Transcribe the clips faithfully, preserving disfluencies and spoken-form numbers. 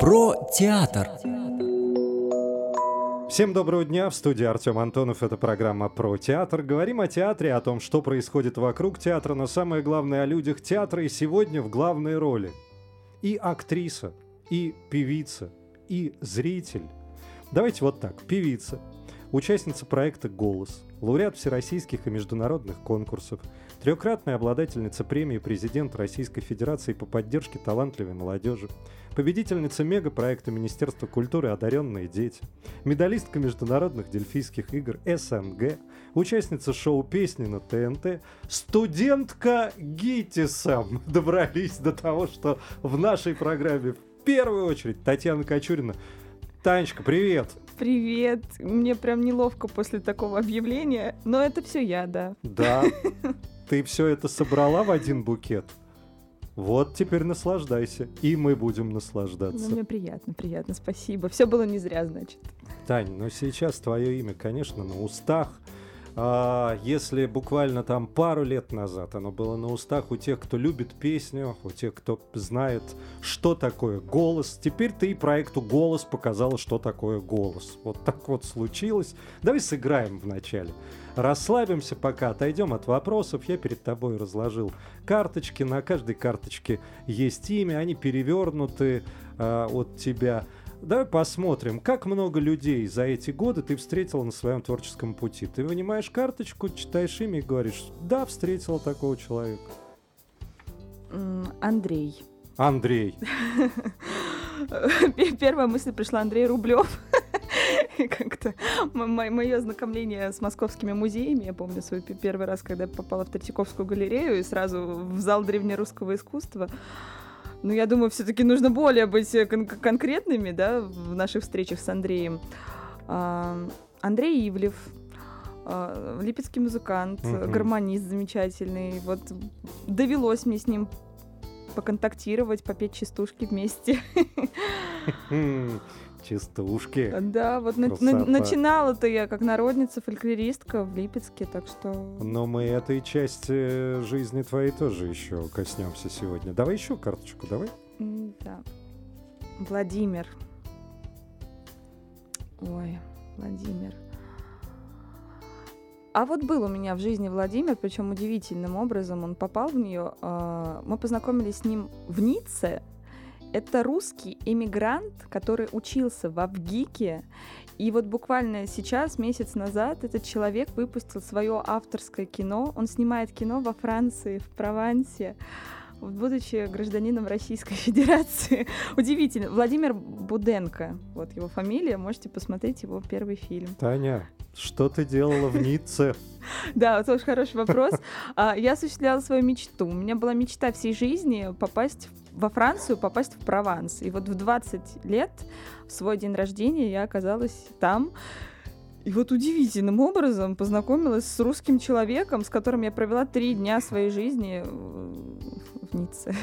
Про театр. Всем доброго дня, в студии Артем Антонов, это программа «Про театр». Говорим о театре, о том, что происходит вокруг театра, но самое главное о людях театра. И сегодня в главной роли и актриса, и певица, и зритель. Давайте вот так, певица, участница проекта «Голос», лауреат всероссийских и международных конкурсов, трехкратная обладательница премии президента Российской Федерации по поддержке талантливой молодежи, победительница мегапроекта Министерства культуры «Одаренные дети», медалистка международных дельфийских игр СНГ, участница шоу «Песни» на ТНТ, студентка ГИТИСом. Добрались до того, что в нашей программе в первую очередь Татьяна Кочурина. Танечка, привет! Привет! Мне прям неловко после такого объявления, но это все я, да. Да, ты все это собрала в один букет. Вот теперь наслаждайся, и мы будем наслаждаться. Ну, мне приятно, приятно, спасибо. Все было не зря, значит. Тань, ну сейчас твое имя, конечно, на устах. А если буквально там пару лет назад оно было на устах у тех, кто любит песню, у тех, кто знает, что такое голос, теперь ты и проекту «Голос» показала, что такое голос. Вот так вот случилось. Давай сыграем вначале. Расслабимся пока, отойдем от вопросов. Я перед тобой разложил карточки. На каждой карточке есть имя, они перевернуты э, от тебя. Давай посмотрим, как много людей за эти годы ты встретила на своем творческом пути. Ты вынимаешь карточку, читаешь имя и говоришь: да, встретила такого человека. Андрей. Андрей. Первая мысль пришла: Андрей Рублев. Как-то мое знакомление с московскими музеями. Я помню свой первый раз, когда я попала в Третьяковскую галерею и сразу в зал древнерусского искусства. Но я думаю, все-таки нужно более быть кон- конкретными, да, в наших встречах с Андреем. А, Андрей Ивлев, а, липецкий музыкант, mm-hmm. гармонист замечательный. Вот довелось мне с ним поконтактировать, попеть частушки вместе. Частушки. Да, вот на- на- начинала-то я как народница, фольклористка в Липецке, так что... Но мы этой части жизни твоей тоже еще коснемся сегодня. Давай еще карточку, давай. Да. Владимир. Ой, Владимир. А вот был у меня в жизни Владимир, причем удивительным образом он попал в нее. Мы познакомились с ним в Ницце. Это русский эмигрант, который учился в ВГИКе, и вот буквально сейчас, месяц назад, этот человек выпустил свое авторское кино. Он снимает кино во Франции, в Провансе, будучи гражданином Российской Федерации. Удивительно. Владимир Буденко, вот его фамилия, можете посмотреть его первый фильм. Таня, что ты делала в Ницце? Да, это очень хороший вопрос. Я осуществляла свою мечту. У меня была мечта всей жизни попасть во Францию, попасть в Прованс. И вот в двадцать лет, в свой день рождения, я оказалась там. И вот удивительным образом познакомилась с русским человеком, с которым я провела три дня своей жизни в Ницце.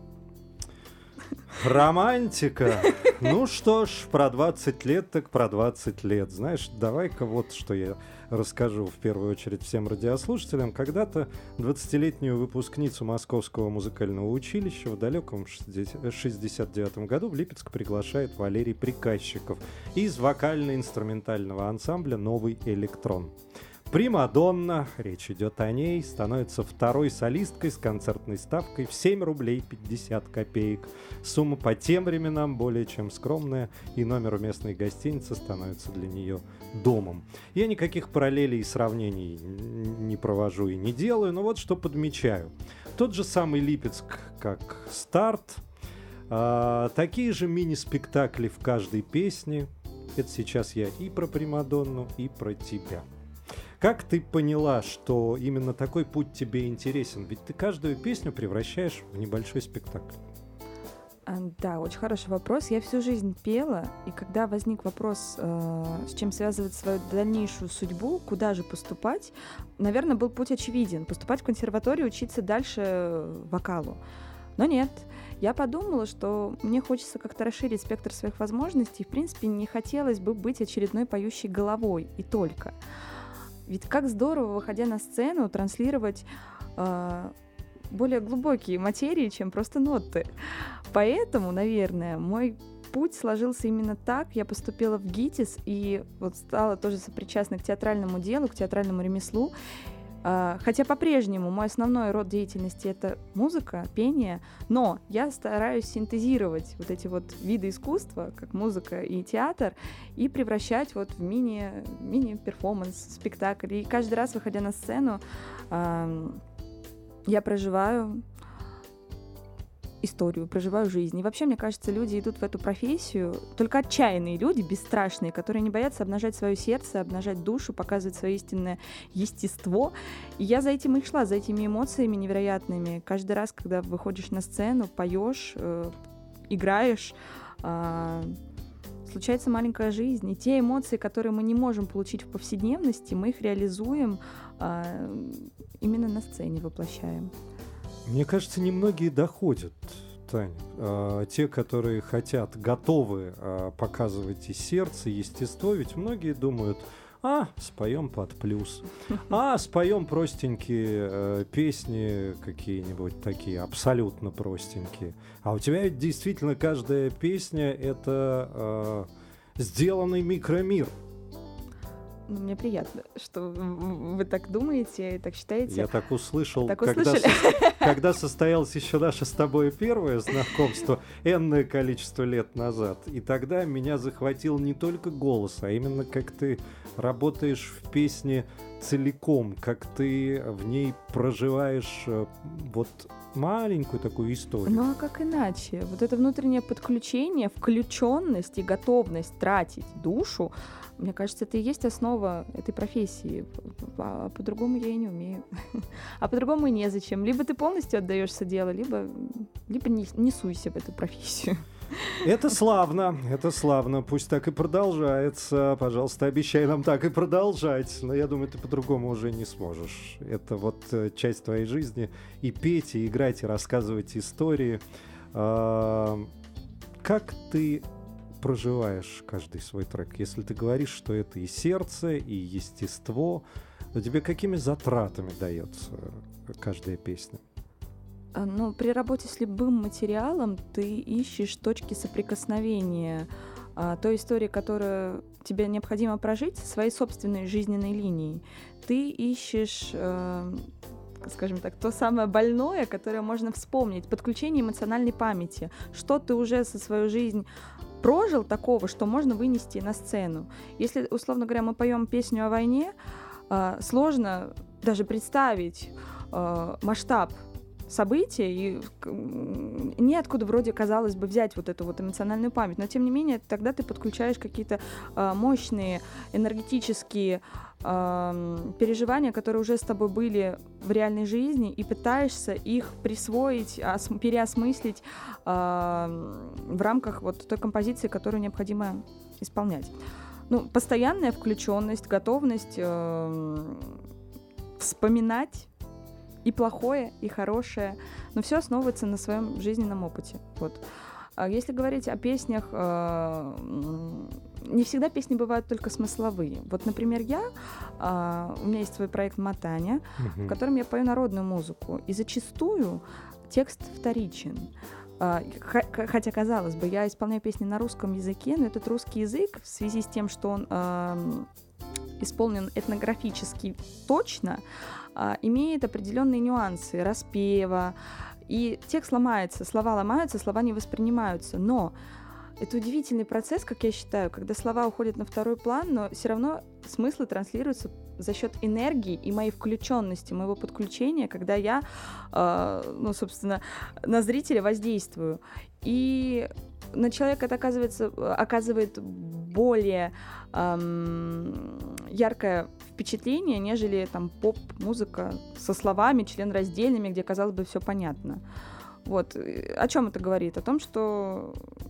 Романтика. Ну что ж, про двадцать лет так про двадцать лет. Знаешь, давай-ка вот что я расскажу в первую очередь всем радиослушателям. Когда-то двадцатилетнюю выпускницу Московского музыкального училища в далеком шестьдесят девятом году в Липецк приглашает Валерий Приказчиков из вокально-инструментального ансамбля «Новый электрон». Примадонна, речь идет о ней, становится второй солисткой с концертной ставкой в семь рублей пятьдесят копеек. Сумма по тем временам более чем скромная, и номер у местной гостиницы становится для нее домом. Я никаких параллелей и сравнений не провожу и не делаю, но вот что подмечаю. Тот же самый Липецк, как старт, а, такие же мини-спектакли в каждой песне. Это сейчас я и про Примадонну, и про тебя. Как ты поняла, что именно такой путь тебе интересен? Ведь ты каждую песню превращаешь в небольшой спектакль. Да, очень хороший вопрос. Я всю жизнь пела, и когда возник вопрос, э, с чем связывать свою дальнейшую судьбу, куда же поступать, наверное, был путь очевиден. Поступать в консерваторию, учиться дальше вокалу. Но нет. Я подумала, что мне хочется как-то расширить спектр своих возможностей. В принципе, не хотелось бы быть очередной поющей головой, и только. Ведь как здорово, выходя на сцену, транслировать э, более глубокие материи, чем просто ноты. Поэтому, наверное, мой путь сложился именно так. Я поступила в ГИТИС и вот стала тоже сопричастной к театральному делу, к театральному ремеслу. Хотя по-прежнему мой основной род деятельности — это музыка, пение, но я стараюсь синтезировать вот эти вот виды искусства, как музыка и театр, и превращать вот в мини, мини-перформанс, спектакль. И каждый раз, выходя на сцену, я проживаю историю, проживаю жизнь. И вообще, мне кажется, люди идут в эту профессию, только отчаянные люди, бесстрашные, которые не боятся обнажать свое сердце, обнажать душу, показывать свое истинное естество. И я за этим и шла, за этими эмоциями невероятными. Каждый раз, когда выходишь на сцену, поешь, э, играешь, э, случается маленькая жизнь. И те эмоции, которые мы не можем получить в повседневности, мы их реализуем э, именно на сцене, воплощаем. Мне кажется, немногие доходят, Таня. А, те, которые хотят, готовы а, показывать и сердце, и естество, ведь многие думают: а, споем под плюс, а, споем простенькие э, песни какие-нибудь такие, абсолютно простенькие. А у тебя ведь действительно каждая песня — это э, сделанный микромир. Ну, мне приятно, что вы так думаете и так считаете. Я так услышал, так когда, услышали? со, когда состоялось еще наше с тобой первое знакомство энное количество лет назад. И тогда меня захватил не только голос, а именно как ты работаешь в песне целиком, как ты в ней проживаешь вот маленькую такую историю. Ну а как иначе? Вот это внутреннее подключение, включенность и готовность тратить душу, мне кажется, это и есть основа этой профессии. А по-другому я и не умею. А по-другому и незачем. Либо ты полностью отдаешься делу, либо, либо не, не суйся в эту профессию. Это славно, это славно. Пусть так и продолжается. Пожалуйста, обещай нам так и продолжать. Но я думаю, ты по-другому уже не сможешь. Это вот часть твоей жизни. И петь, и играть, и рассказывать истории. А, как ты проживаешь каждый свой трек? Если ты говоришь, что это и сердце, и естество, то тебе какими затратами дается каждая песня? Ну, при работе с любым материалом ты ищешь точки соприкосновения а, той истории, которую тебе необходимо прожить, со своей собственной жизненной линией. Ты ищешь, э, скажем так, то самое больное, которое можно вспомнить, подключение эмоциональной памяти. Что ты уже со своей жизнью прожил такого, что можно вынести на сцену. Если, условно говоря, мы поем песню о войне, э, сложно даже представить э, масштаб события, и неоткуда вроде, казалось бы, взять вот эту вот эмоциональную память, но тем не менее тогда ты подключаешь какие-то э, мощные энергетические э, переживания, которые уже с тобой были в реальной жизни, и пытаешься их присвоить, ос- переосмыслить э, в рамках вот той композиции, которую необходимо исполнять. Ну, постоянная включенность, готовность э, вспоминать и плохое, и хорошее, но все основывается на своем жизненном опыте. Вот. А если говорить о песнях, э, не всегда песни бывают только смысловые. Вот, например, я, э, у меня есть свой проект «Матаня», Mm-hmm. в котором я пою народную музыку, и зачастую текст вторичен. Хотя, казалось бы, я исполняю песни на русском языке, но этот русский язык, в связи с тем, что он э, исполнен этнографически точно, э, имеет определенные нюансы распева, и текст ломается, слова ломаются, слова не воспринимаются. Но это удивительный процесс, как я считаю, когда слова уходят на второй план, но все равно смыслы транслируются за счет энергии и моей включенности, моего подключения, когда я, э, ну, собственно, на зрителя воздействую. И на человека это оказывается, оказывает более эм, яркое впечатление, нежели там поп-музыка со словами, членраздельными, где, казалось бы, все понятно. Вот. О чем это говорит? О том, что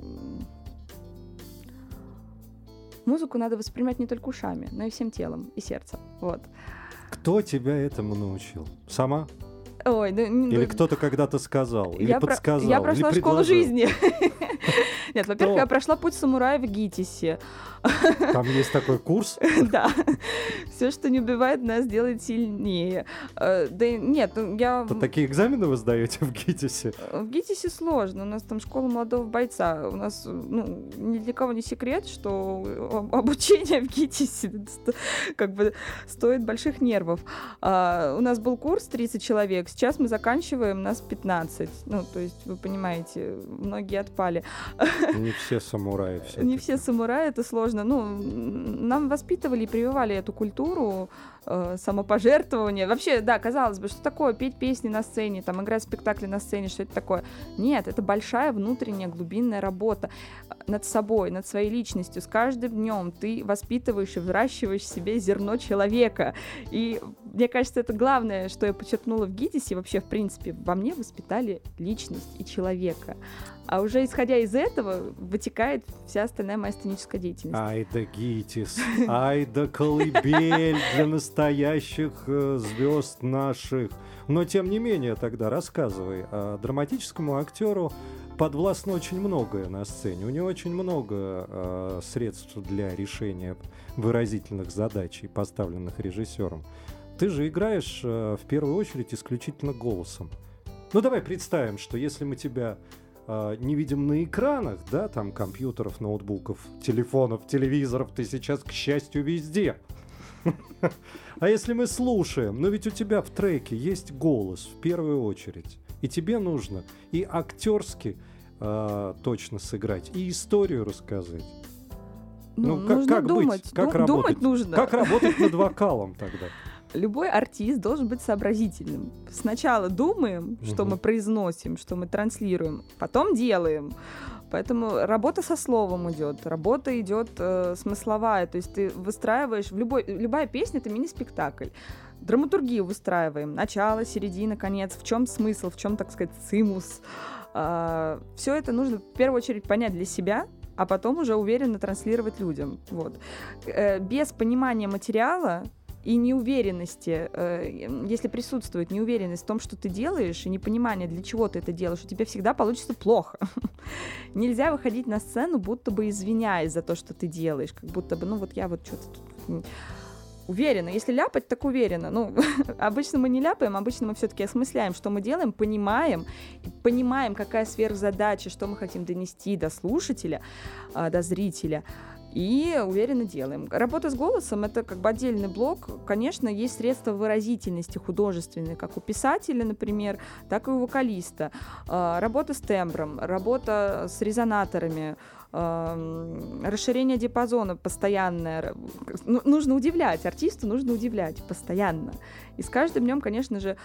музыку надо воспринимать не только ушами, но и всем телом, и сердцем. Вот. Кто тебя этому научил? Сама? Ой, да, или кто-то когда-то сказал, или я подсказал, про... Я прошла или школу предложил. жизни. Нет, во-первых, я прошла путь самурая в ГИТИСе. Там есть такой курс? Да. Все, что не убивает нас, делает сильнее. Да нет, я... Такие экзамены вы сдаете в ГИТИСе? В ГИТИСе сложно. У нас там школа молодого бойца. У нас, ну, ни для кого не секрет, что обучение в ГИТИСе как бы стоит больших нервов. А, у нас был курс тридцать человек, сейчас мы заканчиваем, нас пятнадцать. Ну, то есть, вы понимаете, многие отпали. Не все самураи. Не все самураи, это сложно. Ну, нам воспитывали и прививали эту культуру э, самопожертвования. Вообще, да, казалось бы, что такое петь песни на сцене, там, играть в спектакли на сцене, что это такое? Нет, это большая внутренняя глубинная работа над собой, над своей личностью. С каждым днем ты воспитываешь и взращиваешь в себе зерно человека. И мне кажется, это главное, что я подчеркнула в ГИТИСе. Вообще, в принципе, во мне воспитали личность и человека. А уже исходя из этого вытекает вся остальная моя сценическая деятельность. Ай да ГИТИС, ай да колыбель для настоящих э, звезд наших. Но тем не менее, тогда рассказывай. А драматическому актеру подвластно очень многое на сцене. У него очень много э, средств для решения выразительных задач, поставленных режиссером. Ты же играешь э, в первую очередь исключительно голосом. Ну давай представим, что если мы тебя э, не видим на экранах, да, там компьютеров, ноутбуков, телефонов, телевизоров, ты сейчас, к счастью, везде. А если мы слушаем, ну ведь у тебя в треке есть голос в первую очередь, и тебе нужно и актерски э, точно сыграть, и историю рассказать. Ну, ну как, нужно как думать. быть? Как Ду- работать? Думать нужно. Как работать над вокалом тогда? Любой артист должен быть сообразительным. Сначала думаем, что Мгм. мы произносим, что мы транслируем, потом делаем. Поэтому работа со словом идет, работа идет э, смысловая. То есть ты выстраиваешь в любой, любая песня — это мини-спектакль. Драматургию выстраиваем. Начало, середина, конец. В чем смысл, в чем, так сказать, цимус. А, все это нужно в первую очередь понять для себя, а потом уже уверенно транслировать людям. Вот. Э, без понимания материала и неуверенности, э, если присутствует неуверенность в том, что ты делаешь, и непонимание, для чего ты это делаешь, у тебя всегда получится плохо. Нельзя выходить на сцену, будто бы извиняясь за то, что ты делаешь, как будто бы, ну вот я вот что-то тут уверена. Если ляпать, так уверена. Ну, обычно мы не ляпаем, обычно мы все-таки осмысляем, что мы делаем, понимаем, понимаем, какая сверхзадача, что мы хотим донести до слушателя, до зрителя, и уверенно делаем. Работа с голосом — это как бы отдельный блок. Конечно, есть средства выразительности художественные, как у писателя, например, так и у вокалиста. Работа с тембром, работа с резонаторами, расширение диапазона постоянное. Ну, нужно удивлять, артисту нужно удивлять постоянно. И с каждым днем, конечно же,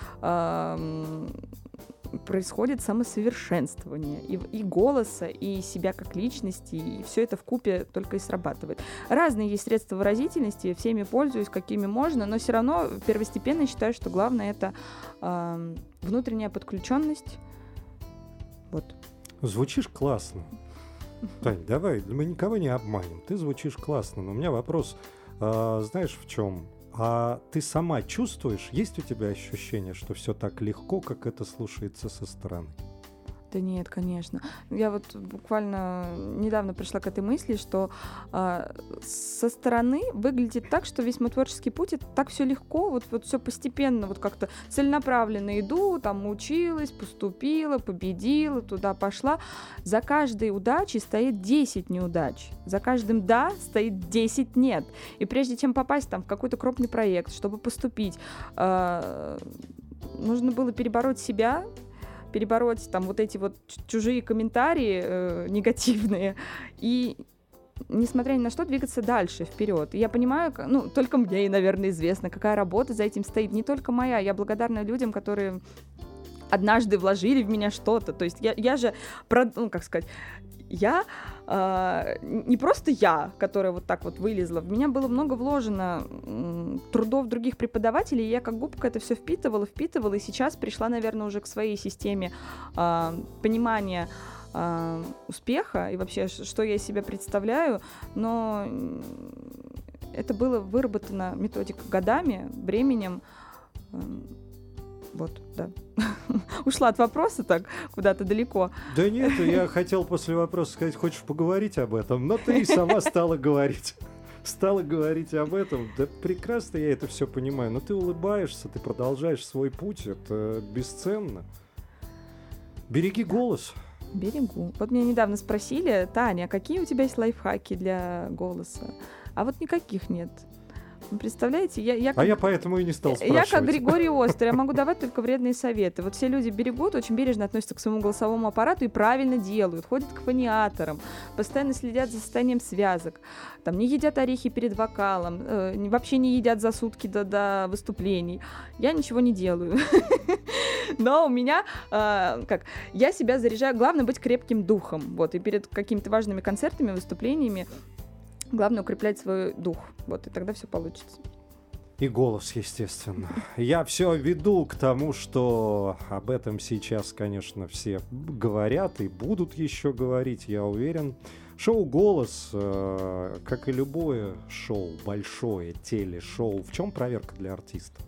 происходит самосовершенствование и, и голоса, и себя как личности, и все это вкупе только и срабатывает. Разные есть средства выразительности, всеми пользуюсь, какими можно, но все равно первостепенно считаю, что главное — это э, внутренняя подключенность. Вот. Звучишь классно. Тань, давай, мы никого не обманем. Ты звучишь классно, но у меня вопрос, э, знаешь, в чем? А ты сама чувствуешь, есть у тебя ощущение, что все так легко, как это слушается со стороны? Да нет, конечно. Я вот буквально недавно пришла к этой мысли, что э, со стороны выглядит так, что весь мой творческий путь — это так все легко, вот, вот все постепенно, вот как-то целенаправленно иду, там училась, поступила, победила, туда пошла. За каждой удачей стоит десять неудач. За каждым «да» стоит десять «нет». И прежде чем попасть там в какой-то крупный проект, чтобы поступить, э, нужно было перебороть себя, перебороть там вот эти вот чужие комментарии э, негативные и, несмотря ни на что, двигаться дальше, вперед. И я понимаю, ну, только мне, наверное, известно, какая работа за этим стоит. Не только моя. Я благодарна людям, которые однажды вложили в меня что-то. То есть я, я же, ну, как сказать, я э, не просто я, которая вот так вот вылезла, в меня было много вложено э, трудов других преподавателей, и я как губка это все впитывала, впитывала, и сейчас пришла, наверное, уже к своей системе э, понимания э, успеха и вообще, что я из себя представляю, но это было выработано методикой годами, временем, э, Вот, да. Ушла от вопроса так куда-то далеко. Да нет, я хотел после вопроса сказать, хочешь поговорить об этом, но ты и сама стала говорить. Стала говорить об этом. Да прекрасно я это все понимаю, но ты улыбаешься, ты продолжаешь свой путь, это бесценно. Береги голос. Берегу. Вот меня недавно спросили: Таня, а какие у тебя есть лайфхаки для голоса? А вот никаких нет. Вы представляете, я, я как, а я поэтому и не стал спрашивать. Я как Григорий Остер, я могу давать только вредные советы. Вот все люди берегут, очень бережно относятся к своему голосовому аппарату и правильно делают. Ходят к фониаторам, постоянно следят за состоянием связок, там, не едят орехи перед вокалом, э, вообще не едят за сутки до, до выступлений. Я ничего не делаю. Но у меня, э, как, я себя заряжаю, главное быть крепким духом. Вот, и перед какими-то важными концертами, выступлениями главное укреплять свой дух, вот, и тогда все получится. И голос, естественно. Я все веду к тому, что об этом сейчас, конечно, все говорят и будут еще говорить, я уверен. Шоу «Голос», э, как и любое шоу, большое телешоу, в чем проверка для артиста?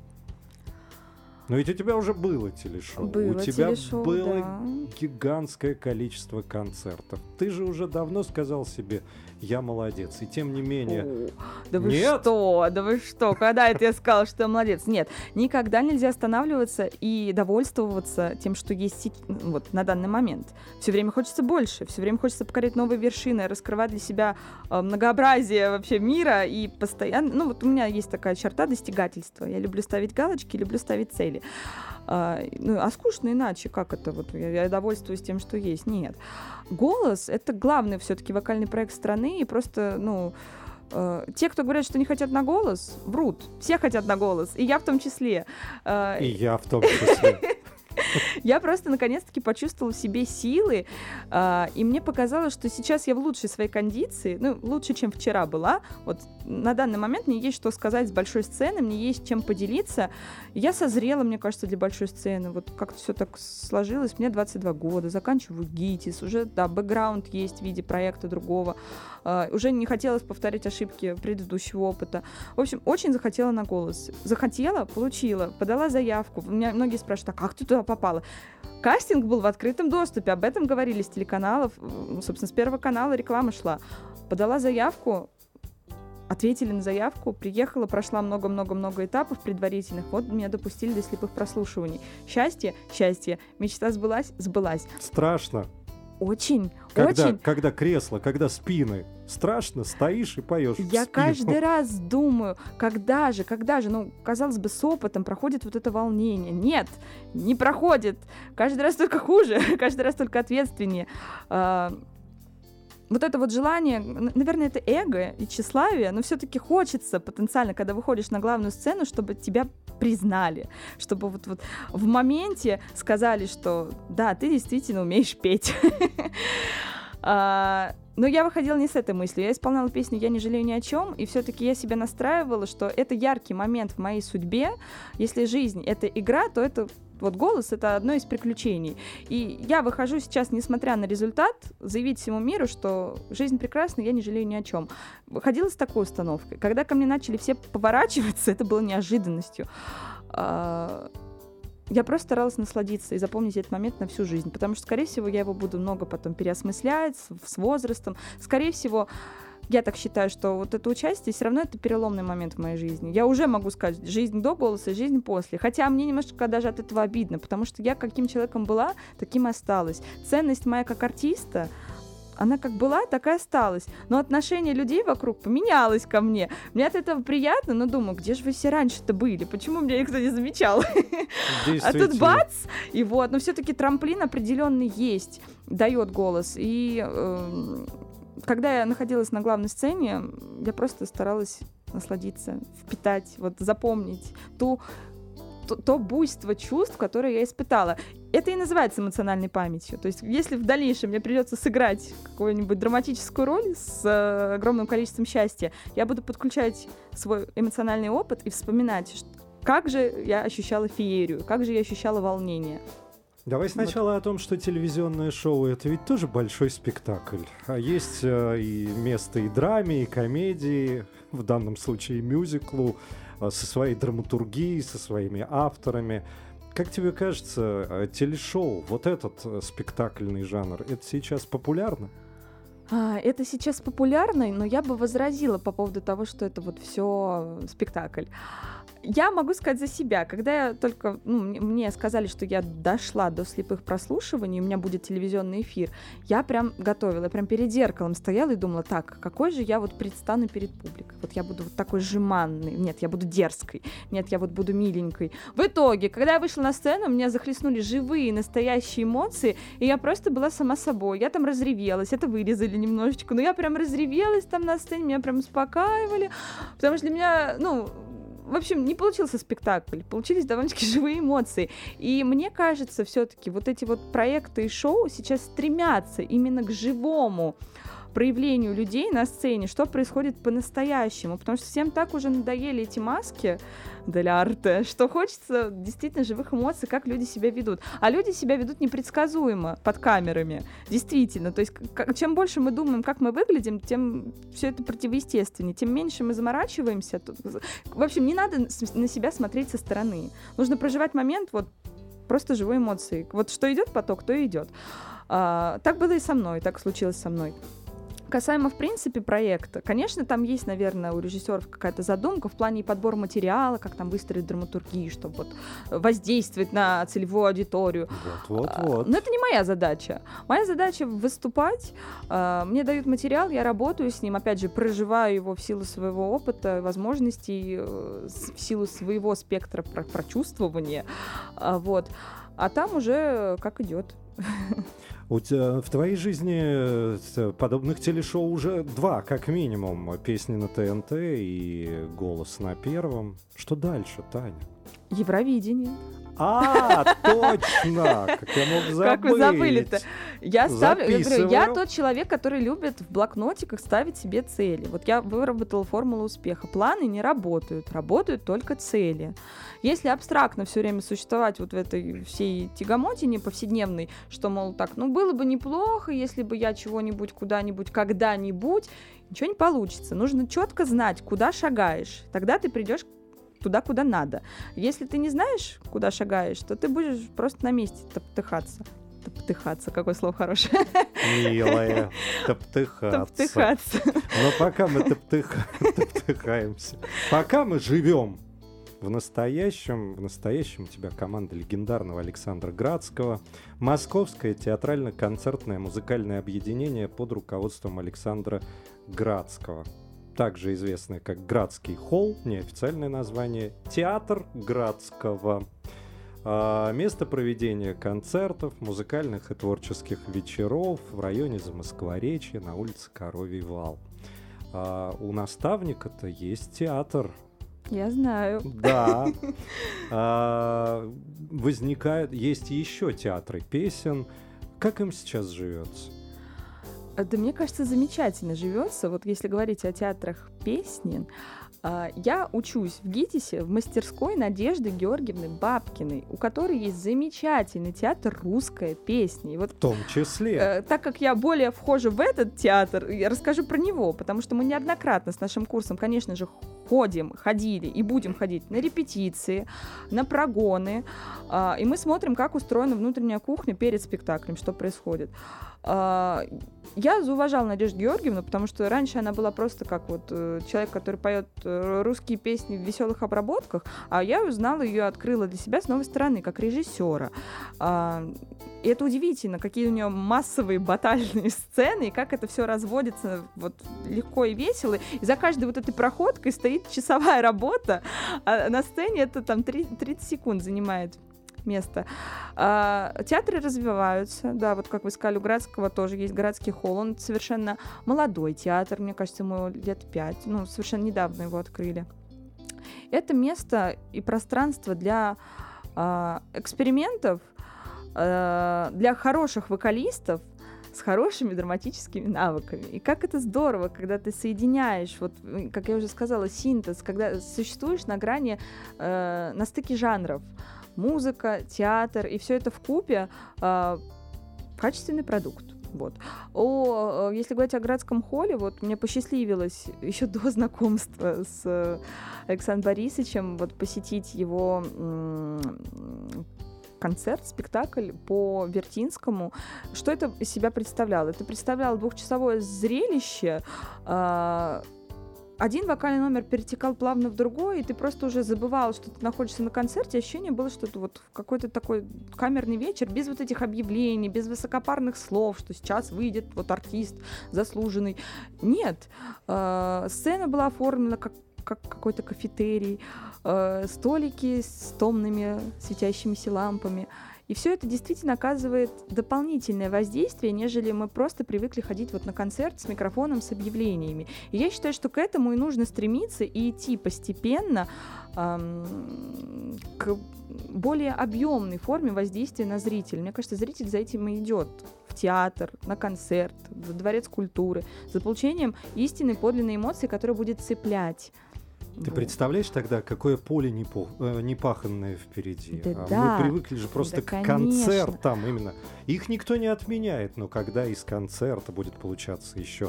Но ведь у тебя уже было телешоу. Было у тебя телешоу, было да. гигантское количество концертов. Ты же уже давно сказал себе: я молодец. И тем не менее... О, да вы Нет? что? Да вы что? Когда это я сказала, что я молодец? Нет, никогда нельзя останавливаться и довольствоваться тем, что есть вот, на данный момент. Все время хочется больше, все время хочется покорять новые вершины, раскрывать для себя э, многообразие вообще мира и постоянно... Ну вот у меня есть такая черта достигательства. Я люблю ставить галочки, люблю ставить цели. А, ну, а скучно иначе, как это? Вот я, я довольствуюсь тем, что есть. Нет. «Голос» — это главный все-таки вокальный проект страны, и просто, ну, э, те, кто говорят, что не хотят на голос, врут. Все хотят на голос, и я в том числе. Э, и я в том числе. Я просто наконец-таки почувствовала в себе силы, э, и мне показалось, что сейчас я в лучшей своей кондиции, ну, лучше, чем вчера была. Вот на данный момент мне есть что сказать с большой сцены, мне есть чем поделиться. Я созрела, мне кажется, для большой сцены. Вот как-то все так сложилось. Мне двадцать два года, заканчиваю ГИТИС, уже, да, бэкграунд есть в виде проекта другого. Э, уже не хотелось повторять ошибки предыдущего опыта. В общем, очень захотела на голос. Захотела, получила, подала заявку. Меня многие спрашивают: а как ты туда попала? Кастинг был в открытом доступе, об этом говорили с телеканалов, собственно, с Первого канала реклама шла. Подала заявку, ответили на заявку, приехала, прошла много-много-много этапов предварительных, вот меня допустили до слепых прослушиваний. Счастье, счастье, мечта сбылась, сбылась. Страшно. Очень, когда, очень. Когда кресло, когда спины. Страшно, стоишь и поешь. Я каждый раз думаю, когда же, когда же, ну, казалось бы, с опытом проходит вот это волнение. Нет, не проходит. Каждый раз только хуже, каждый раз только ответственнее. Вот это вот желание, наверное, это эго и тщеславие, но все-таки хочется потенциально, когда выходишь на главную сцену, чтобы тебя признали, чтобы вот, вот в моменте сказали, что да, ты действительно умеешь петь. Но я выходила не с этой мыслью. Я исполняла песню «Я не жалею ни о чем», и все-таки я себя настраивала, что это яркий момент в моей судьбе. Если жизнь — это игра, то это вот голос — это одно из приключений. И я выхожу сейчас, несмотря на результат, заявить всему миру, что жизнь прекрасна, я не жалею ни о чем. Выходила с такой установкой. Когда ко мне начали все поворачиваться, это было неожиданностью. Я просто старалась насладиться и запомнить этот момент на всю жизнь, потому что, скорее всего, я его буду много потом переосмыслять с, с возрастом. Скорее всего, я так считаю, что вот это участие все равно это переломный момент в моей жизни. Я уже могу сказать, жизнь до голоса, жизнь после. Хотя мне немножко даже от этого обидно, потому что я каким человеком была, таким и осталась. Ценность моя как артиста, она как была, так и осталась. Но отношение людей вокруг поменялось ко мне. Мне от этого приятно, но думаю, где же вы все раньше-то были? Почему меня никто не замечал? А тут бац! И вот, но все-таки трамплин определенный есть, дает голос. И э, когда я находилась на главной сцене, я просто старалась насладиться, впитать, вот запомнить ту То, то буйство чувств, которое я испытала. Это и называется эмоциональной памятью. То есть, если в дальнейшем мне придется сыграть какую-нибудь драматическую роль с э, огромным количеством счастья, я буду подключать свой эмоциональный опыт и вспоминать, что, как же я ощущала феерию, как же я ощущала волнение. Давай сначала вот. О том, что телевизионное шоу — это ведь тоже большой спектакль. А есть э, и место и драме, и комедии, в данном случае мюзиклу, со своей драматургией, со своими авторами. как тебе кажется, телешоу, вот этот спектакльный жанр, это сейчас популярно? Это сейчас популярно, но я бы возразила по поводу того, что это вот все спектакль. Я могу сказать за себя. Когда я только, ну, мне сказали, что я дошла до слепых прослушиваний, у меня будет телевизионный эфир, я прям готовила, я прям перед зеркалом стояла и думала, так, какой же я вот предстану перед публикой? Вот я буду вот такой жеманной, нет, я буду дерзкой, нет, я вот буду миленькой. В итоге, когда я вышла на сцену, меня захлестнули живые, настоящие эмоции, и я просто была сама собой. Я там разревелась, это вырезали немножечко, но я прям разревелась там на сцене, меня прям успокаивали, потому что для меня, ну, в общем, не получился спектакль, получились довольно-таки живые эмоции. И мне кажется, все-таки вот эти вот проекты и шоу сейчас стремятся именно к живому проявлению людей на сцене, что происходит по-настоящему, потому что всем так уже надоели эти маски для арте, что хочется действительно живых эмоций, как люди себя ведут. А люди себя ведут непредсказуемо под камерами, действительно. То есть как, чем больше мы думаем, как мы выглядим, тем все это противоестественнее, тем меньше мы заморачиваемся. В общем, не надо на себя смотреть со стороны. Нужно проживать момент вот просто живой эмоции. Вот что идет поток, то и идет. А, так было и со мной, так случилось со мной. Касаемо, в принципе, проекта, конечно, там есть, наверное, у режиссеров какая-то задумка в плане подбора материала, как там выстроить драматургию, чтобы вот воздействовать на целевую аудиторию. Вот, вот, вот. Но это не моя задача. Моя задача выступать. Мне дают материал, я работаю с ним, опять же, проживаю его в силу своего опыта, возможностей, в силу своего спектра прочувствования. Вот. А там уже как идет. У тебя, в твоей жизни подобных телешоу уже два, как минимум. Песни на ТНТ и голос на Первом. Что дальше, Таня? Евровидение. А, точно! Как я мог забыть? Как вы забыли-то? Я, ставлю, я, говорю, я тот человек, который любит в блокнотиках ставить себе цели. Вот я выработала формулу успеха. Планы не работают, работают только цели. Если абстрактно все время существовать вот в этой всей тягомотине повседневной, что, мол, так, ну, было бы неплохо, если бы я чего-нибудь, куда-нибудь, когда-нибудь, ничего не получится. Нужно четко знать, куда шагаешь. Тогда ты придешь туда, куда надо. Если ты не знаешь, куда шагаешь, то ты будешь просто на месте топтыхаться. Топтыхаться, какое слово хорошее. Милая, топтыхаться. Топтыхаться. Но пока мы топтыха... топтыхаемся, пока мы живем в настоящем, в настоящем у тебя команда легендарного Александра Градского, Московское театрально-концертное музыкальное объединение под руководством Александра Градского, также известное как Градский холл, неофициальное название, Театр Градского. А, место проведения концертов, музыкальных и творческих вечеров в районе Замоскворечья на улице Коровий Вал. А, у наставника-то есть театр. Я знаю. Да. А, возникает, есть еще театры песен. Как им сейчас живется? Да, мне кажется, замечательно живется. Вот если говорить о театрах песни, я учусь в ГИТИСе в мастерской Надежды Георгиевны Бабкиной, у которой есть замечательный театр «Русская песня». И вот, в том числе. Так как я более вхожа в этот театр, я расскажу про него, потому что мы неоднократно с нашим курсом, конечно же, ходим, ходили и будем ходить на репетиции, на прогоны, и мы смотрим, как устроена внутренняя кухня перед спектаклем, что происходит. Я зауважала Надежду Георгиевну, потому что раньше она была просто как вот человек, который поет русские песни в веселых обработках, а я узнала ее, открыла для себя с новой стороны, как режиссера. И это удивительно, какие у нее массовые батальные сцены, и как это все разводится вот легко и весело. И за каждой вот этой проходкой стоит часовая работа, а на сцене это там тридцать секунд занимает место. А, театры развиваются, да, вот как вы сказали, у Градского тоже есть Градский холл, он совершенно молодой театр, мне кажется, ему лет пять, ну, совершенно недавно его открыли. Это место и пространство для а, экспериментов, а, для хороших вокалистов с хорошими драматическими навыками. И как это здорово, когда ты соединяешь, вот, как я уже сказала, синтез, когда существуешь на грани, э, на стыке жанров. Музыка, театр, и все это вкупе э, качественный продукт. Вот. О, если говорить о Градском холле, вот мне посчастливилось еще до знакомства с Александром Борисовичем вот, посетить его м- концерт, спектакль по Вертинскому. Что это из себя представляло? Это представляло двухчасовое зрелище. Э, один вокальный номер перетекал плавно в другой, и ты просто уже забывал, что ты находишься на концерте. Ощущение было, что это вот какой-то такой камерный вечер, без вот этих объявлений, без высокопарных слов, что сейчас выйдет вот артист заслуженный. Нет. Э, сцена была оформлена как, как какой-то кафетерий, э, столики с томными светящимися лампами. И все это действительно оказывает дополнительное воздействие, нежели мы просто привыкли ходить вот на концерт с микрофоном, с объявлениями. И я считаю, что к этому и нужно стремиться и идти постепенно эм, к более объемной форме воздействия на зрителя. Мне кажется, зритель за этим и идет в театр, на концерт, в Дворец культуры, за получением истинной подлинной эмоции, которая будет цеплять. Ты вот. Представляешь тогда, какое поле непо, э, непаханное впереди? Да, а да. Мы привыкли же просто да, к конечно. концертам именно. Их никто не отменяет, но когда из концерта будет получаться еще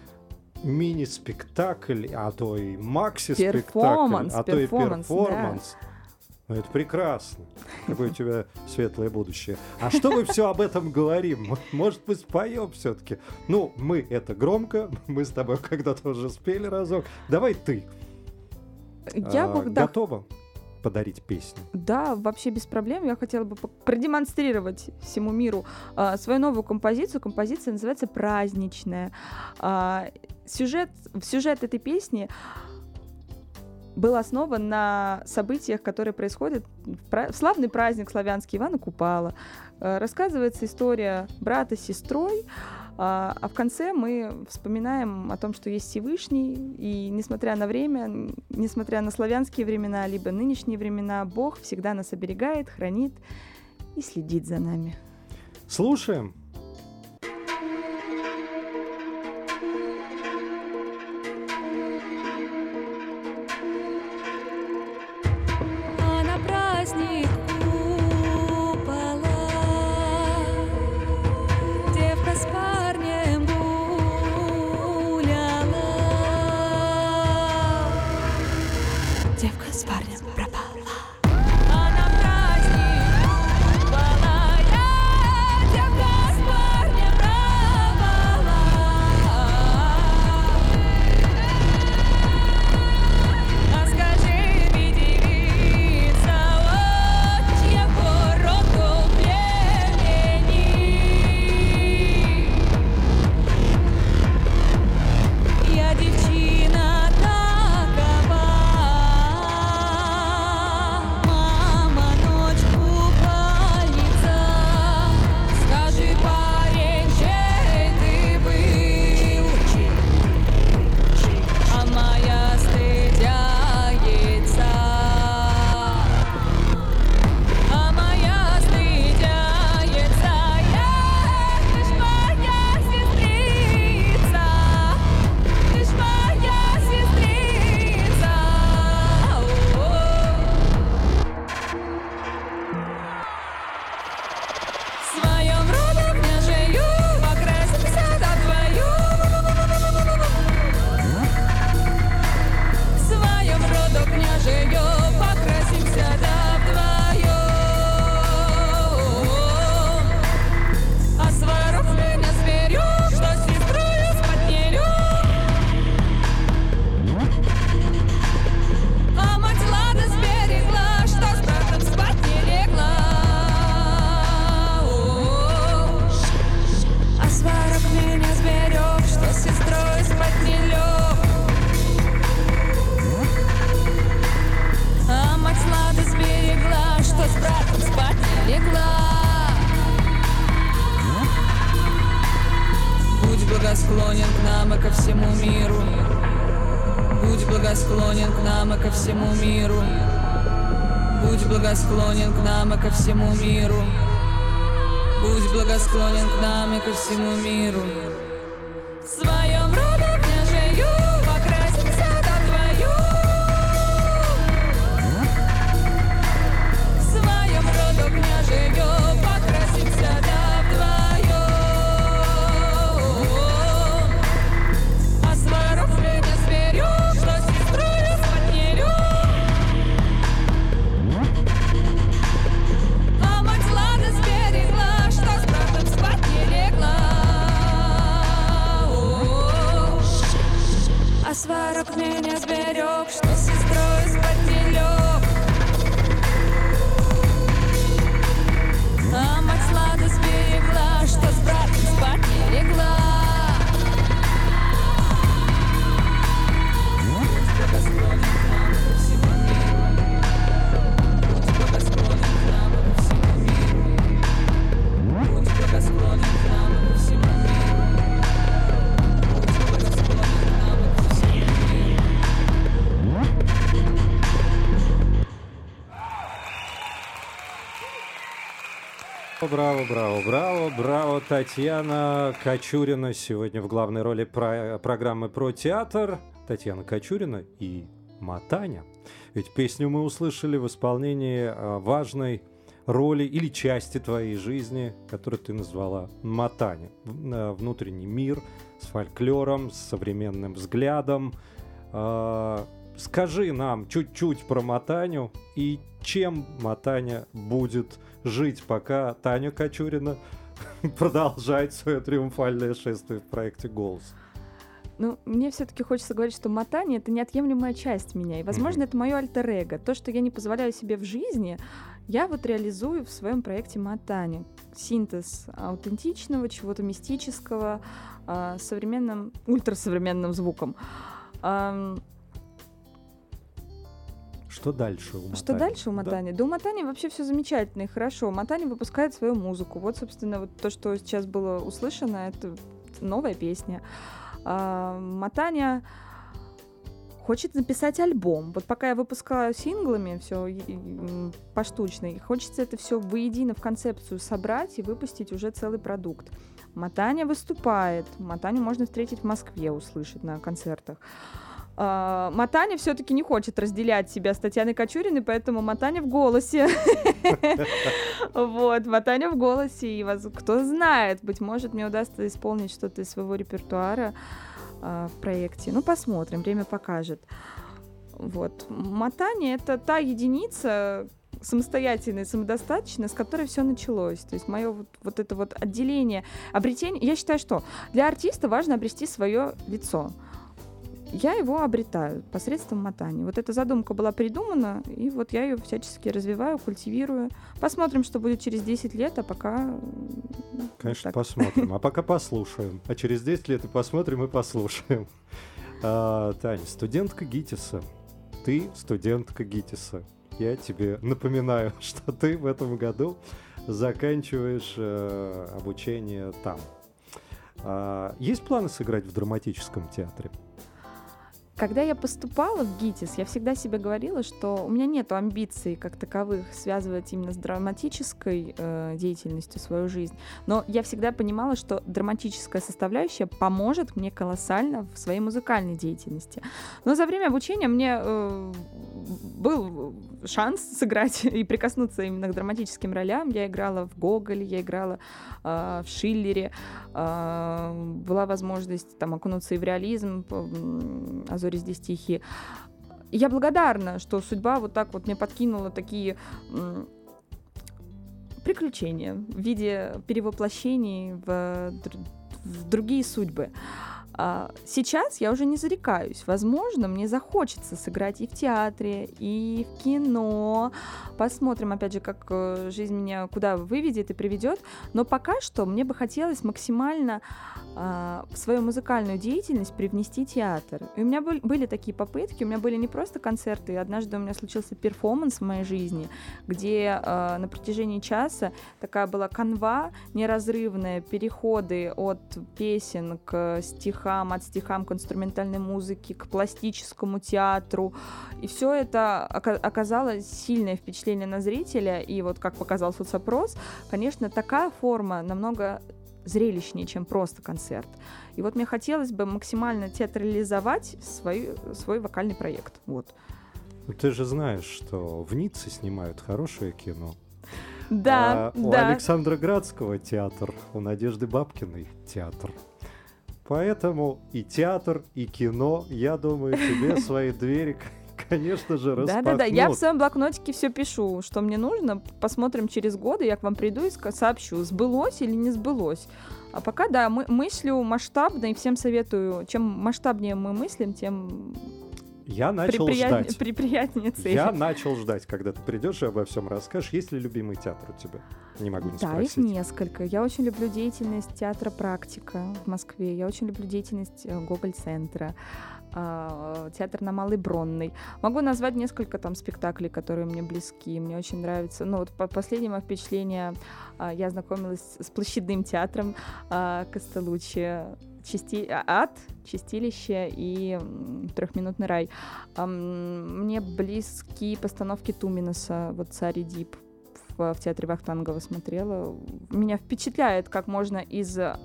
мини-спектакль, а то и макси-спектакль, а то и перформанс. Да. Ну, это прекрасно. Какое у тебя светлое будущее. А что мы все об этом говорим? Может, мы споем все-таки? Ну, мы это громко, мы с тобой когда-то уже спели разок. Давай ты. Я а, бы, да, готова подарить песню? Да, вообще без проблем. Я хотела бы продемонстрировать всему миру а, свою новую композицию. Композиция называется «Праздничная». А, сюжет, сюжет этой песни был основан на событиях, которые происходят в, пра- в славный праздник славянский Ивана Купала. А, рассказывается история брата с сестрой, а, а в конце мы вспоминаем о том, что есть Всевышний, и несмотря на время, несмотря на славянские времена, либо нынешние времена, Бог всегда нас оберегает, хранит и следит за нами. Слушаем. благосклонен к нам и ко всему миру. Будь благосклонен к нам и ко всему миру. Будь благосклонен к нам и ко всему миру. Будь благосклонен к нам и ко всему миру. В своем роду княжею покрасимся до твою. В своем роду княжею покрасимся до твою. А сваров не зверю, что сестрою спотнелю. А мать друг меня сберег, что с сестрой спать не лег. А мать сладость берегла, что с братом спать не легла. Будь благосклонен к нам по всему миру. Будь благосклонен к нам по всему миру. Будь благосклонен к нам по всему миру. Будь благосклонен к нам по всему миру. Браво, браво, браво, браво. Татьяна Кочурина сегодня в главной роли про- программы про театр. Татьяна Кочурина и Матаня. Ведь песню мы услышали в исполнении а, важной роли или части твоей жизни, которую ты назвала Матаня. В- а, Внутренний мир с фольклором, с современным взглядом. А, Скажи нам чуть-чуть про Матаню и чем Матаня будет жить, пока Таня Кочурина продолжает свое триумфальное шествие в проекте «Голос». Ну, мне все-таки хочется говорить, что Матаня — это неотъемлемая часть меня, и, возможно, Мгм. это мое альтер-эго. То, что я не позволяю себе в жизни, я вот реализую в своем проекте Матаня. Синтез аутентичного, чего-то мистического, а, с современным, ультрасовременным звуком. Ам, Что дальше у Матани? Что дальше у Да. Матани? Да, у Матани вообще все замечательно и хорошо. Матани выпускает свою музыку. Вот, собственно, вот то, что сейчас было услышано, это новая песня. А, Матаня хочет написать альбом. Вот пока я выпускаю синглами все поштучно, и хочется это все воедино в концепцию собрать и выпустить уже целый продукт. Матаня выступает. Матаню можно встретить в Москве, услышать на концертах. Uh, Матаня все-таки не хочет разделять себя с Татьяной Кочуриной, поэтому Матаня в голосе. Вот, Матаня в голосе. И кто знает, быть может, мне удастся исполнить что-то из своего репертуара в проекте. Ну, посмотрим, время покажет. Вот. Матаня — это та единица самостоятельная, самодостаточная, с которой все началось. То есть мое вот, вот это вот отделение, обретение. Я считаю, что для артиста важно обрести свое лицо. Я его обретаю посредством Матани. Вот эта задумка была придумана, и вот я ее всячески развиваю, культивирую. Посмотрим, что будет через десять лет, а пока... Конечно, вот посмотрим. А пока послушаем. А через десять лет и посмотрим, и послушаем. А, Таня, студентка ГИТИСа. Ты студентка ГИТИСа. Я тебе напоминаю, что ты в этом году заканчиваешь э, обучение там. А, есть планы сыграть в драматическом театре? Когда я поступала в ГИТИС, я всегда себе говорила, что у меня нет амбиций как таковых связывать именно с драматической э, деятельностью свою жизнь, но я всегда понимала, что драматическая составляющая поможет мне колоссально в своей музыкальной деятельности. Но за время обучения мне э, был шанс сыграть и прикоснуться именно к драматическим ролям. Я играла в Гоголе, я играла э, в Шиллере, э, была возможность там окунуться и в реализм, э, «Зори здесь тихие». Я благодарна, что судьба вот так вот мне подкинула такие м, приключения в виде перевоплощений в, в другие судьбы. А сейчас я уже не зарекаюсь. Возможно, мне захочется сыграть и в театре, и в кино. Посмотрим, опять же, как жизнь меня куда выведет и приведет. Но пока что мне бы хотелось максимально а, в свою музыкальную деятельность привнести театр. И у меня были, были такие попытки. У меня были не просто концерты. Однажды у меня случился перформанс в моей жизни, где а, на протяжении часа такая была канва неразрывная, переходы от песен к стихам, от стихам к инструментальной музыке, к пластическому театру. И все это оказало сильное впечатление на зрителя. И вот как показал соцопрос, конечно, такая форма намного зрелищнее, чем просто концерт. И вот мне хотелось бы максимально театрализовать свой, свой вокальный проект. Вот. Ты же знаешь, что в Ницце снимают хорошее кино. Да, а у да. Александра Градского театр, у Надежды Бабкиной театр. Поэтому и театр, и кино, я думаю, тебе свои двери, конечно же, распахнут. Да-да-да, я в своем блокнотике все пишу, что мне нужно. Посмотрим через годы, я к вам приду и сообщу, сбылось или не сбылось. А пока, да, мы, мыслю масштабно, и всем советую, чем масштабнее мы мыслим, тем Я начал приприятнее, ждать. приприятнее цель. Я начал ждать, когда ты придешь и обо всем расскажешь. Есть ли любимый театр у тебя? Не могу не Да, спросить. их несколько. Я очень люблю деятельность театра «Практика» в Москве. Я очень люблю деятельность э, Гоголь-центра, э, театр на Малой Бронной. Могу назвать несколько там спектаклей, которые мне близки. Мне очень нравится. Ну вот по последнему впечатлению э, я знакомилась с площадным театром э, Костелуччи. Части... Ад, Чистилище и Трехминутный рай. Мне близки постановки Туминаса, вот «Царь Эдип» в, в театре Вахтангова смотрела. Меня впечатляет, как можно из а,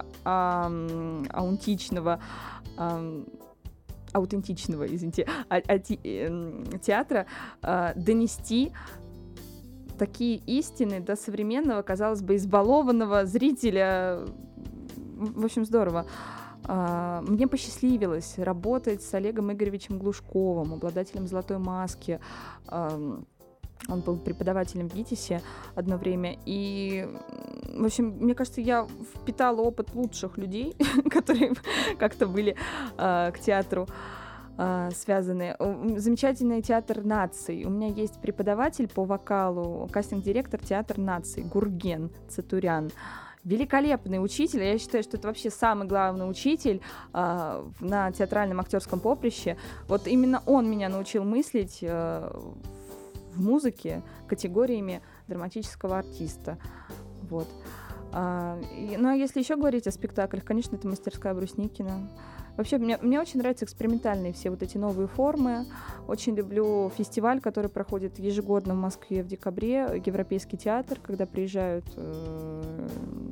аутентичного а, аутентичного, извините, а, а, театра а, донести такие истины до современного, казалось бы, избалованного зрителя. В общем, здорово. Мне посчастливилось работать с Олегом Игоревичем Глушковым, обладателем «Золотой маски». Он был преподавателем в ГИТИСе одно время. И, в общем, мне кажется, я впитала опыт лучших людей, которые как-то были к театру связаны. Замечательный театр наций. У меня есть преподаватель по вокалу, кастинг-директор театр наций Гурген Цатурян. Великолепный учитель. Я считаю, что это вообще самый главный учитель э, на театральном актерском поприще. Вот именно он меня научил мыслить э, в музыке категориями драматического артиста. Вот. А, и, ну а если еще говорить о спектаклях, конечно, это «Мастерская Брусникина». Вообще, мне, мне очень нравятся экспериментальные все вот эти новые формы. Очень люблю фестиваль, который проходит ежегодно в Москве в декабре, Европейский театр, когда приезжают э,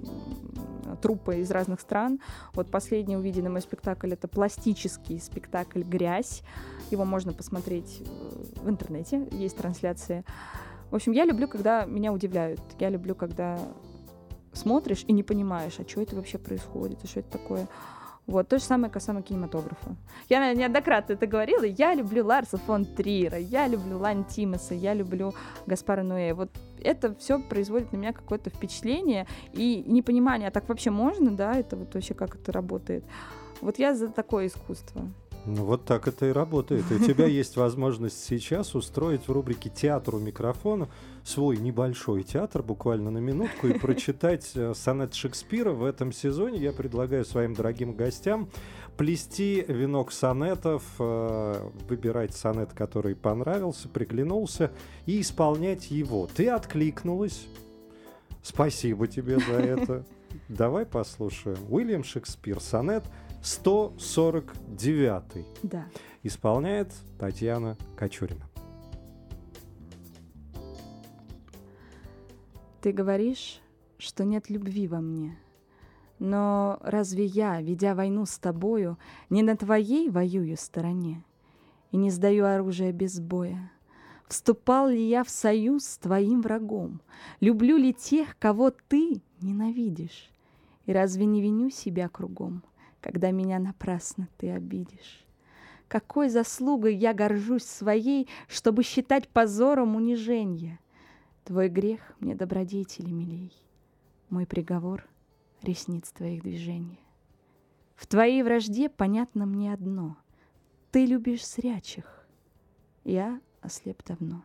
труппы из разных стран. Вот последний увиденный мой спектакль — это пластический спектакль «Грязь». Его можно посмотреть в интернете, есть трансляции. В общем, я люблю, когда меня удивляют. Я люблю, когда смотришь и не понимаешь, а что это вообще происходит, а что это такое. Вот, то же самое касаемо кинематографа. Я, наверное, неоднократно это говорила. Я люблю Ларса фон Триера, я люблю Лантимоса, я люблю Гаспара Ноэ. Вот это все производит на меня какое-то впечатление и непонимание, а так вообще можно, да, это вот вообще как это работает. Вот я за такое искусство. Ну вот так это и работает. И у тебя есть возможность сейчас устроить в рубрике «Театр у микрофона» свой небольшой театр, буквально на минутку, и прочитать сонет Шекспира. В этом сезоне я предлагаю своим дорогим гостям плести венок сонетов, выбирать сонет, который понравился, приглянулся, и исполнять его. Ты откликнулась. Спасибо тебе за это. Давай послушаем. Уильям Шекспир, сонет сто сорок девятый. Да. Исполняет Татьяна Кочурина. Ты говоришь, что нет любви во мне. Но разве я, ведя войну с тобою, не на твоей воюю стороне и не сдаю оружие без боя? Вступал ли я в союз с твоим врагом? Люблю ли тех, кого ты ненавидишь? И разве не виню себя кругом, когда меня напрасно ты обидишь? Какой заслугой я горжусь своей, чтобы считать позором униженья? Твой грех мне добродетели милей, мой приговор — ресниц твоих движений. В твоей вражде понятно мне одно: ты любишь зрячих, я ослеп давно.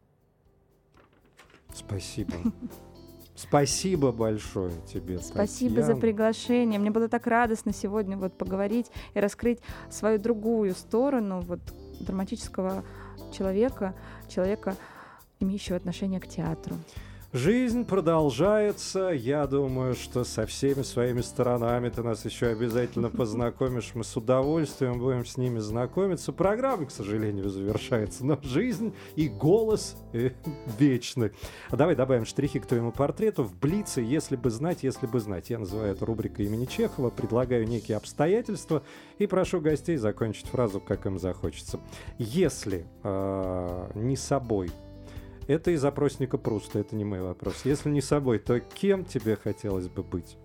Спасибо. Спасибо большое тебе, Спасибо Татьяна. за приглашение. Мне было так радостно сегодня вот поговорить и раскрыть свою другую сторону вот драматического человека, человека, имеющего отношение к театру. Жизнь продолжается. Я думаю, что со всеми своими сторонами ты нас еще обязательно познакомишь. Мы с удовольствием будем с ними знакомиться. Программа, к сожалению, завершается, но жизнь и голос э, вечны. А давай добавим штрихи к твоему портрету. В Блице «Если бы знать, если бы знать». Я называю это рубрикой имени Чехова, предлагаю некие обстоятельства и прошу гостей закончить фразу, как им захочется. Если э, не собой, это из опросника Пруста, это не мой вопрос. Если не собой, то кем тебе хотелось бы быть?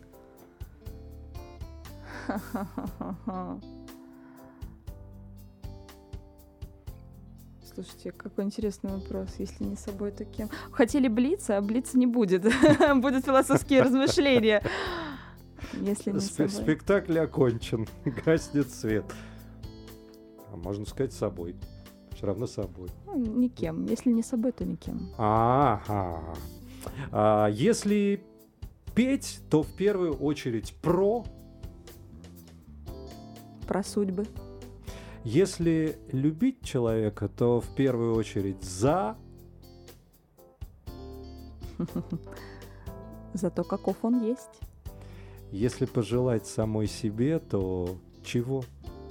Слушайте, какой интересный вопрос. Если не собой, то кем? Хотели Блица, а Блица не будет. Будут философские размышления. Если не Спе- собой. Спектакль окончен, гаснет свет. А можно сказать собой. Все равно собой. Ну, никем. Если не собой, то никем. Ага. А если петь, то в первую очередь про. Про судьбы. Если любить человека, то в первую очередь за. За то, каков он есть. Если пожелать самой себе, то чего?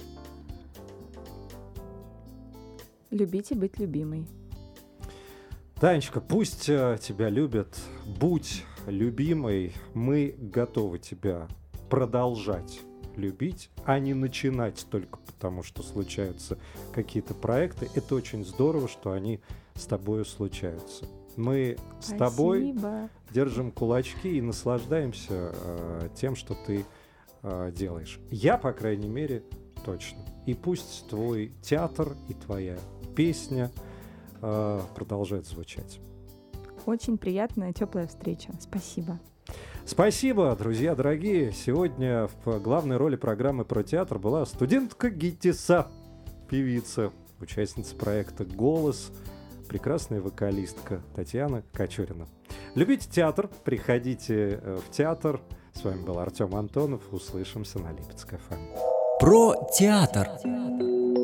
Любить и быть любимой. Танечка, пусть э, тебя любят, будь любимой, мы готовы тебя продолжать любить, а не начинать только потому, что случаются какие-то проекты. Это очень здорово, что они с тобой случаются. Мы с Спасибо. тобой держим кулачки и наслаждаемся э, тем, что ты э, делаешь. Я, по крайней мере, точно. И пусть твой театр и твоя песня э, продолжают звучать. Очень приятная, теплая встреча. Спасибо. Спасибо, друзья дорогие. Сегодня в главной роли программы про театр была студентка ГИТИСа, певица, участница проекта «Голос», прекрасная вокалистка Татьяна Кочурина. Любите театр, приходите в театр. С вами был Артем Антонов. Услышимся на Липецк эф эм. Про театр.